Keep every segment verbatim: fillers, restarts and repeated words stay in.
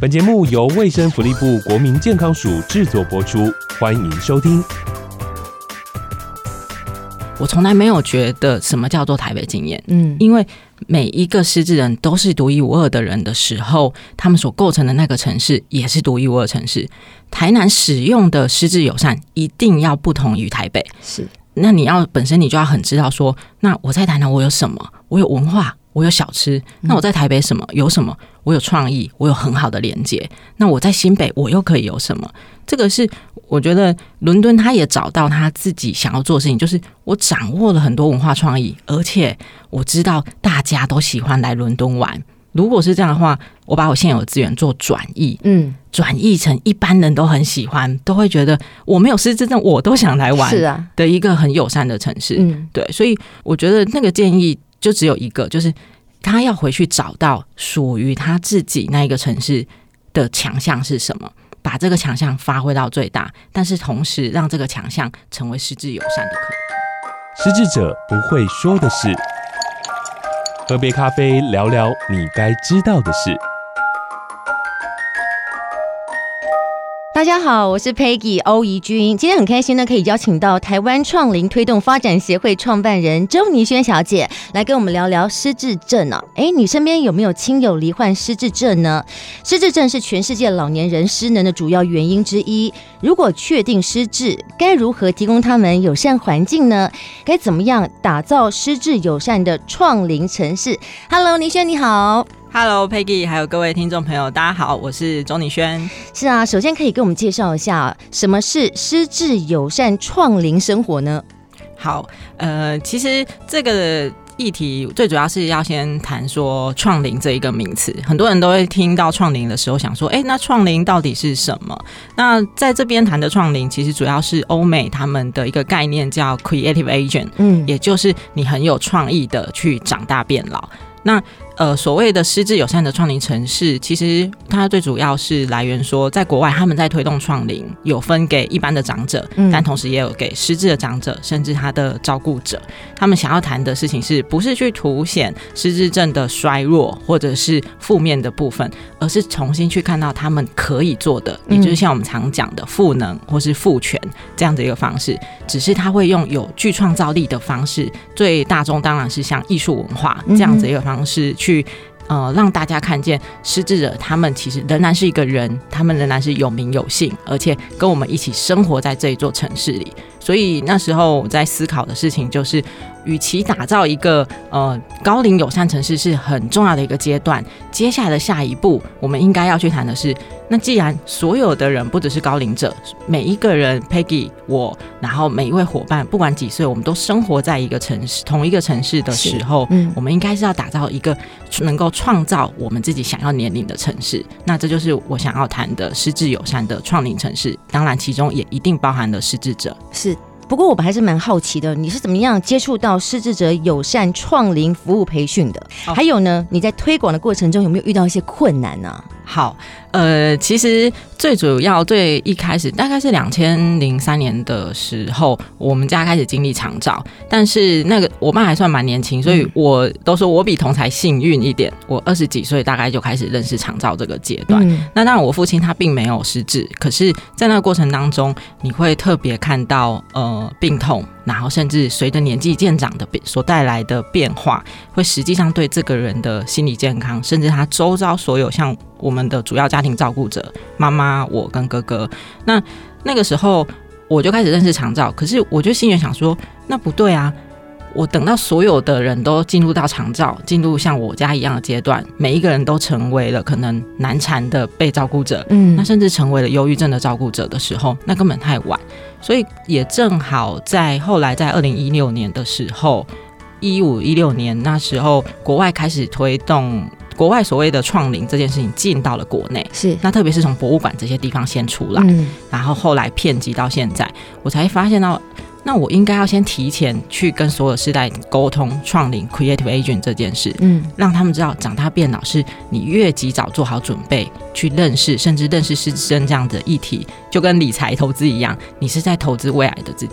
本节目由卫生福利部国民健康署制作播出，欢迎收听。 我从来没有觉得什么叫做台北经验，嗯，因为每一个失智人都是独一无二的人的时候，他们所构成的那个城市也是独一无二的城市。台南使用的失智友善一定要不同于台北，是。那你要本身你就要很知道说，那我在台南我有什么？我有文化，我有小吃。那我在台北什么？有什么？我有创意，我有很好的连接。那我在新北我又可以有什么？这个是我觉得伦敦他也找到他自己想要做的事情，就是我掌握了很多文化创意，而且我知道大家都喜欢来伦敦玩。如果是这样的话，我把我现有的资源做转译，嗯，转译成一般人都很喜欢，都会觉得我没有失智症我都想来玩的一个很友善的城市，嗯，对，所以我觉得那个建议就只有一个，就是他要回去找到属于他自己那一个城市的强项是什么，把这个强项发挥到最大，但是同时让这个强项成为失智友善的可能。失智者不会说的事，喝杯咖啡聊聊你该知道的事。 大家好，我是 Peggy 欧怡君，今天很开心呢，可以邀请到台湾创龄推动发展协会创办人周倪萱小姐来跟我们聊聊失智症啊。哎，你身边有没有亲友罹患失智症呢？失智症是全世界老年人失能的主要原因之一。如果确定失智，该如何提供他们友善环境呢？该怎么样打造失智友善的创龄城市 ？Hello， 倪萱你好。 Hello Peggy， 还有各位听众朋友，大家好，我是周倪萱。 是啊，首先可以跟我们介绍一下什么是失智友善创龄生活呢？ 好，呃，其实这个议题最主要是要先谈说创龄这一个名词，很多人都会听到创龄的时候想说，哎，那创龄到底是什么？那在这边谈的创龄，其实主要是欧美他们的一个概念叫 creative aging， 嗯，也就是你很有创意的去长大变老。那呃，所谓的失智友善的创龄城市，其实它最主要是来源说，在国外他们在推动创龄，有分给一般的长者，嗯，但同时也有给失智的长者，甚至他的照顾者。他们想要谈的事情是不是去凸显失智症的衰弱或者是负面的部分，而是重新去看到他们可以做的，也就是像我们常讲的赋能或是赋权这样的一个方式。只是他会用有具创造力的方式，最大众当然是像艺术文化这样子一个方式去。去呃，让大家看见失智者他们其实仍然是一个人，他们仍然是有名有姓，而且跟我们一起生活在这一座城市里。所以那时候我在思考的事情就是，与其打造一个呃高龄友善城市是很重要的一个阶段，接下来的下一步我们应该要去谈的是，那既然所有的人不只是高龄者，每一个人 Peggy 我，然后每一位伙伴不管几岁，我们都生活在一个城市同一个城市的时候，嗯，我们应该是要打造一个能够创造我们自己想要年龄的城市。那这就是我想要谈的失智友善的创龄城市，当然其中也一定包含了失智者。 是，不过我们还是蛮好奇的，你是怎么样接触到失智者友善创龄服务培训的？哦，还有呢，你在推广的过程中有没有遇到一些困难呢？啊？ 好，呃，其实最主要最一开始大概是两千零三年的时候，我们家开始经历长照，但是那个我爸还算蛮年轻，所以我都说我比同才幸运一点，我二十几岁大概就开始认识长照这个阶段。嗯，那当然我父亲他并没有失智，可是在那个过程当中，你会特别看到呃病痛，然后甚至随着年纪渐长的所带来的变化，会实际上对这个人的心理健康，甚至他周遭所有像我们的主要家庭照顾者，妈妈、我跟哥哥，那那个时候我就开始认识长照，可是我就心里想说，那不对啊！我等到所有的人都进入到长照，进入像我家一样的阶段，每一个人都成为了可能难缠的被照顾者，嗯，那甚至成为了忧郁症的照顾者的时候，那根本太晚。所以也正好在后来在二零一六年的时候，一五一六年那时候，国外开始推动。国外所谓的创龄这件事情进到了国内，是那特别是从博物馆这些地方先出来，嗯，然后后来遍及到现在，我才发现到，那我应该要先提前去跟所有世代沟通创龄 creative aging 这件事，嗯，让他们知道长大变老是你越及早做好准备去认识，甚至认识失智症这样的议题，就跟理财投资一样，你是在投资未来的自己。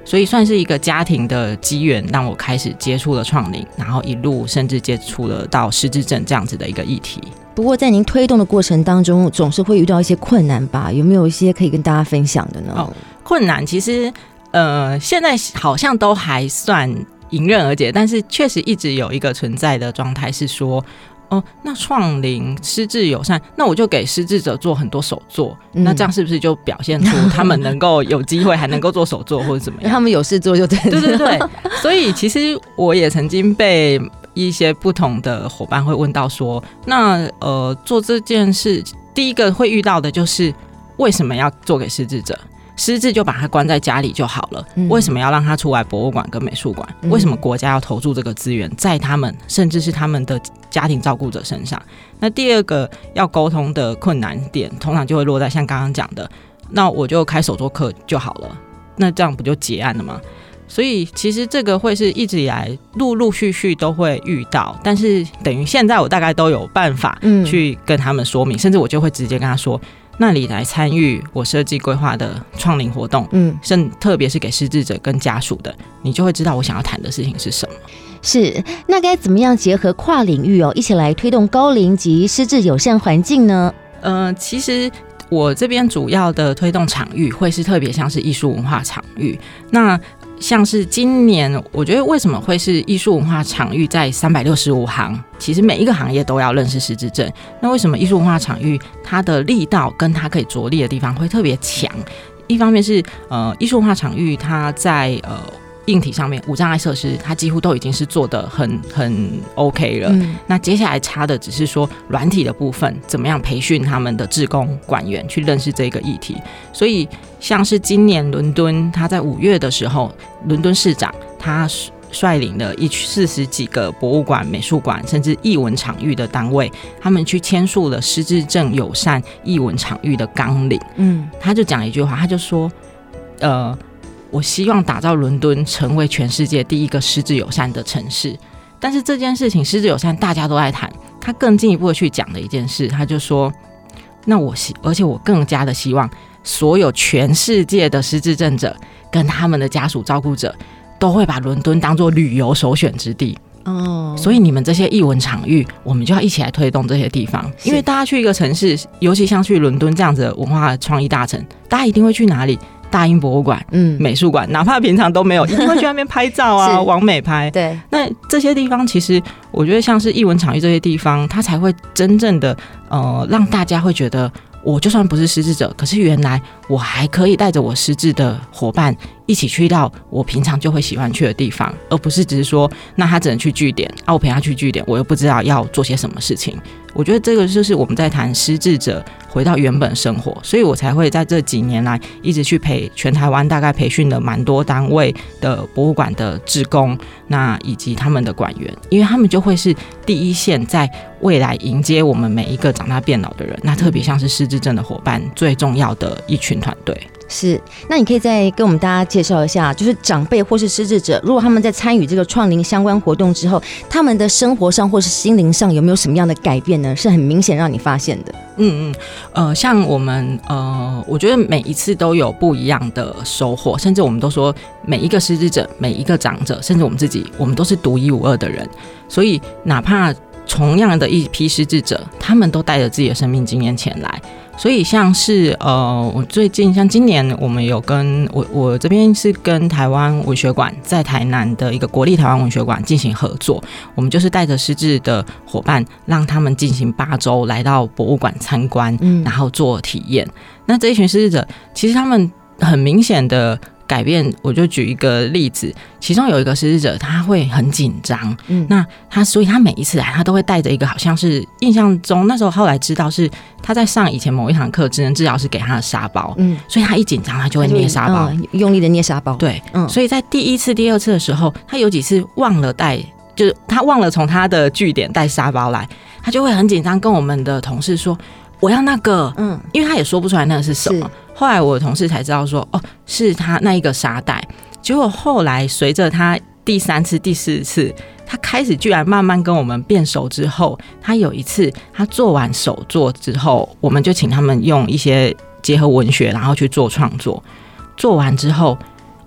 所以算是一个家庭的机缘，让我开始接触了创龄，然后一路甚至接触了到失智症这样子的一个议题。 不过在您推动的过程当中，总是会遇到一些困难吧？有没有一些可以跟大家分享的呢？ 哦，困难其实呃，现在好像都还算迎刃而解，但是确实一直有一个存在的状态是说，哦，那创龄失智友善，那我就给失智者做很多手作，嗯、那这样是不是就表现出他们能够有机会还能够做手作或者怎么样？ 他们有事做就对了。 对对对，所以其实我也曾经被一些不同的伙伴会问到说，那呃做这件事，第一个会遇到的就是为什么要做给失智者？失智就把他关在家里就好了，嗯、为什么要让他出来博物馆跟美术馆？嗯、为什么国家要投注这个资源在他们甚至是他们的家庭照顾者身上？那第二个要沟通的困难点，通常就会落在像刚刚讲的，那我就开手作课就好了，那这样不就结案了吗？所以其实这个会是一直以来陆陆续续都会遇到，但是等于现在我大概都有办法去跟他们说明，嗯、甚至我就会直接跟他说，那你来参与我设计规划的创龄活动，嗯，甚特别是给失智者跟家属的，你就会知道我想要谈的事情是什么。 是，那该怎么样结合跨领域哦，一起来推动高龄及失智友善环境呢？ 呃，其实我这边主要的推动场域会是特别像是艺术文化场域，那像是今年我觉得为什么会是艺术文化场域在三百六十五行，其实每一个行业都要认识失智症，那为什么艺术文化场域它的力道跟它可以着力的地方会特别强？一方面是呃艺术文化场域它在呃硬体上面无障碍设施它几乎都已经是做得很很 OK 了，嗯、那接下来差的只是说软体的部分怎么样培训他们的志工馆员去认识这个议题。所以像是今年伦敦他在五月的时候，伦敦市长他率领了一四十几个博物馆、美术馆甚至艺文场域的单位，他们去签署了失智症友善艺文场域的纲领。嗯，他就讲了一句话，他就说呃我希望打造伦敦成为全世界第一个失智友善的城市。但是这件事情失智友善大家都在谈，他更进一步的去讲的一件事，他就说那我希而且我更加的希望所有全世界的失智症者跟他们的家属照顾者都会把伦敦当作旅游首选之地。哦，所以你们这些艺文场域我们就要一起来推动这些地方，因为大家去一个城市，尤其像去伦敦这样子的文化创意大城，大家一定会去哪里？大英博物馆、嗯、美术馆，哪怕平常都没有，一定会去那边拍照啊，网美拍。对，那这些地方其实我觉得像是艺文场域这些地方，它才会真正的呃让大家会觉得，我就算不是失智者，可是原来我还可以带着我失智的伙伴一起去到我平常就会喜欢去的地方，而不是只是说那他只能去据点啊，我陪他去据点，我又不知道要做些什么事情。我觉得这个就是我们在谈失智者回到原本生活，所以我才会在这几年来一直去陪全台湾大概培训了蛮多单位的博物馆的志工，那以及他们的馆员，因为他们就会是第一线在未来迎接我们每一个长大变老的人，那特别像是失智症的伙伴最重要的一群团队。 是，那你可以再跟我们大家介绍一下，就是长辈或是失智者，如果他们在参与这个创龄相关活动之后，他们的生活上或是心灵上有没有什么样的改变呢？是很明显让你发现的。 嗯嗯，呃，像我们呃，我觉得每一次都有不一样的收获，甚至我们都说每一个失智者、每一个长者，甚至我们自己，我们都是独一无二的人，所以哪怕同样的一批失智者，他们都带着自己的生命经验前来。所以像是呃，我最近像今年我们有跟我我这边是跟台湾文学馆在台南的一个国立台湾文学馆进行合作，我们就是带着失智的伙伴，让他们进行八周来到博物馆参观，嗯、然后做体验。那这一群失智者，其实他们很明显的改变，我就举一个例子，其中有一个失智者他会很紧张，嗯，那他所以他每一次来他都会带着一个好像是印象中那时候后来知道是他在上以前某一堂课职能治疗师给他的沙包，嗯，所以他一紧张他就会捏沙包， 嗯、用力的捏沙包， 对，嗯，所以在第一次第二次的时候他有几次忘了带，就是他忘了从他的据点带沙包来，他就会很紧张跟我们的同事说我要那个，嗯，因为他也说不出来那个是什么。后来我的同事才知道说，哦，是他那一个沙袋。结果后来随着他第三次、第四次，他开始居然慢慢跟我们变熟之后，他有一次他做完手作之后，我们就请他们用一些结合文学，然后去做创作。做完之后，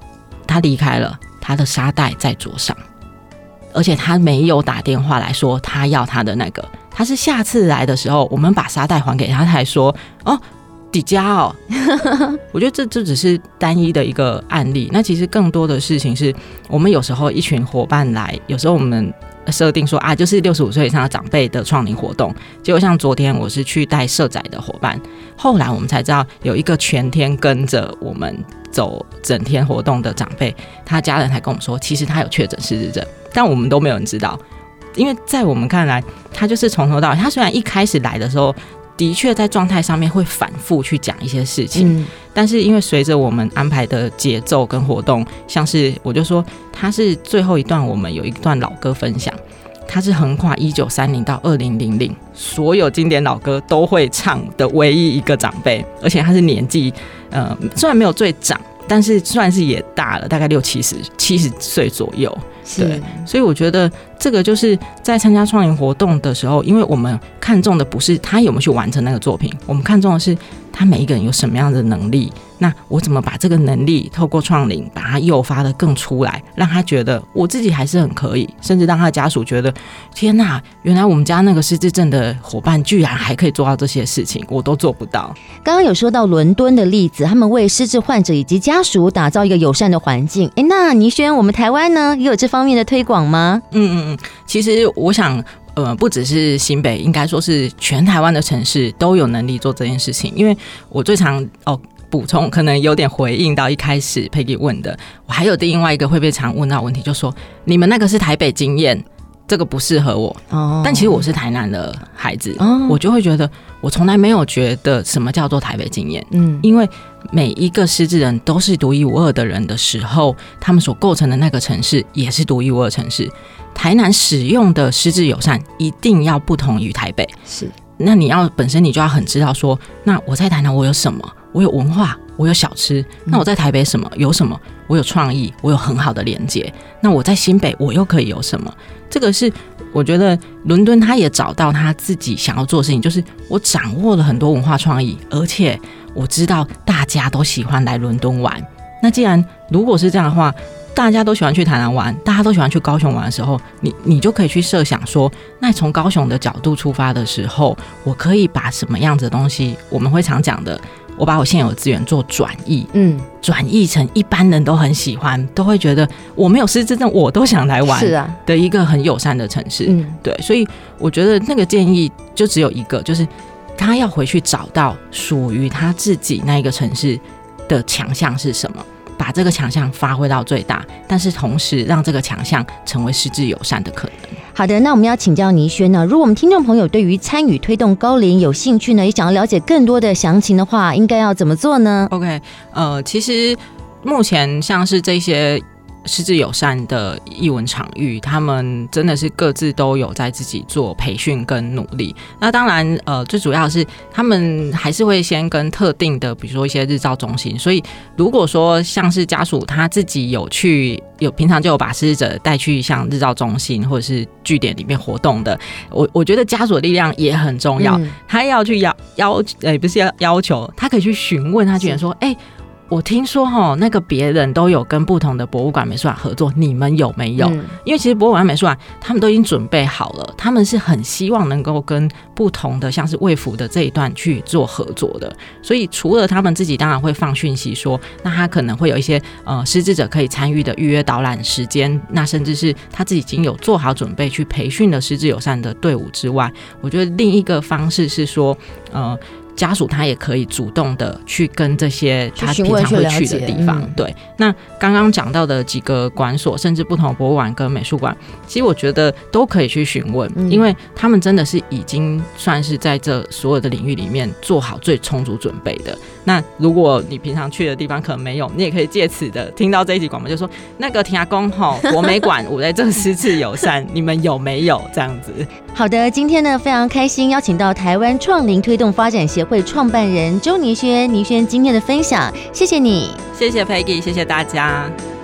他离开了，他的沙袋在桌上，而且他没有打电话来说他要他的那个，他是下次来的时候，我们把沙袋还给他，他才说哦。底家哦，我觉得这这只是单一的一个案例。那其实更多的事情是，我们有时候一群伙伴来，有时候我们设定说啊，就是六十五岁以上的长辈的创龄活动。结果像昨天我是去带社宅的伙伴，后来我们才知道有一个全天跟着我们走整天活动的长辈，他家人才跟我们说，其实他有确诊失智症，但我们都没有人知道，因为在我们看来，他就是从头到尾，他虽然一开始来的时候。的确在状态上面会反复去讲一些事情、嗯、但是因为随着我们安排的节奏跟活动，像是我就说他是最后一段我们有一段老歌分享，他是横跨一九三零到二零零零所有经典老歌都会唱的唯一一个长辈，而且他是年纪呃虽然没有最长，但是算是也大了，大概六七十七十岁左右。对，所以我觉得这个就是在参加创龄活动的时候，因为我们看重的不是他有没有去完成那个作品，我们看重的是他每一个人有什么样的能力，那我怎么把这个能力透过创龄把它诱发的更出来，让他觉得我自己还是很可以，甚至让他的家属觉得天哪，原来我们家那个失智症的伙伴居然还可以做到这些事情，我都做不到。 刚刚有说到伦敦的例子，他们为失智患者以及家属打造一个友善的环境。诶，那倪轩，我们台湾呢也有这方面的推广吗？ 嗯嗯嗯，其实我想呃，不只是新北，应该说是全台湾的城市都有能力做这件事情。因为我最常哦补充，可能有点回应到一开始 Peggy 问的，我还有另外一个会被常问到的问题，就说你们那个是台北经验，这个不适合我。哦，但其实我是台南的孩子，哦，我就会觉得我从来没有觉得什么叫做台北经验。嗯，因为每一个失智人都是独一无二的人的时候，他们所构成的那个城市也是独一无二的城市。台南使用的失智友善一定要不同于台北，是。那你要本身你就要很知道说，那我在台南我有什么？我有文化，我有小吃。那我在台北什么？有什么？我有创意，我有很好的连接。那我在新北我又可以有什么？这个是我觉得伦敦他也找到他自己想要做的事情，就是我掌握了很多文化创意，而且我知道大家都喜欢来伦敦玩。那既然如果是这样的话，大家都喜欢去台南玩，大家都喜欢去高雄玩的时候，你你就可以去设想说，那从高雄的角度出发的时候，我可以把什么样子的东西，我们会常讲的，我把我现有的资源做转移，嗯，转移成一般人都很喜欢，都会觉得我没有失智症我都想来玩，是啊，的一个很友善的城市。嗯，对，所以我觉得那个建议就只有一个，就是他要回去找到属于他自己那一个城市的强项是什么，把这个强项发挥到最大，但是同时让这个强项成为失智友善的可能。 好的，那我们要请教倪轩呢，如果我们听众朋友对于参与推动高龄有兴趣呢，也想要了解更多的详情的话，应该要怎么做呢？ OK， 呃，其实目前像是这些失智友善的艺文场域，他们真的是各自都有在自己做培训跟努力。那当然呃，最主要的是他们还是会先跟特定的比如说一些日照中心，所以如果说像是家属他自己有去有平常就有把失智者带去像日照中心或者是据点里面活动的，我我觉得家属的力量也很重要。嗯、他要去要要呃不是要要求，他可以去询问他居然说，哎、欸。我听说齁，那个别人都有跟不同的博物馆美术馆合作，你们有没有？嗯、因为其实博物馆美术馆他们都已经准备好了，他们是很希望能够跟不同的像是卫福的这一段去做合作的。所以除了他们自己当然会放讯息说，那他可能会有一些呃失智者可以参与的预约导览时间，那甚至是他自己已经有做好准备去培训的失智友善的队伍之外，我觉得另一个方式是说呃家属他也可以主动的去跟这些他平常会去的地方，对。那刚刚讲到的几个馆所，甚至不同的博物馆跟美术馆，其实我觉得都可以去询问、嗯，因为他们真的是已经算是在这所有的领域里面做好最充足准备的。那如果你平常去的地方可能没有，你也可以借此的听到这一集广播，就说那个天公吼国美馆，我在这失智友善，你们有没有这样子？ 好的，今天呢非常开心邀请到台湾创龄推动发展协会创办人周倪轩，倪轩今天的分享，谢谢你， 谢谢 Peggy， 谢谢大家。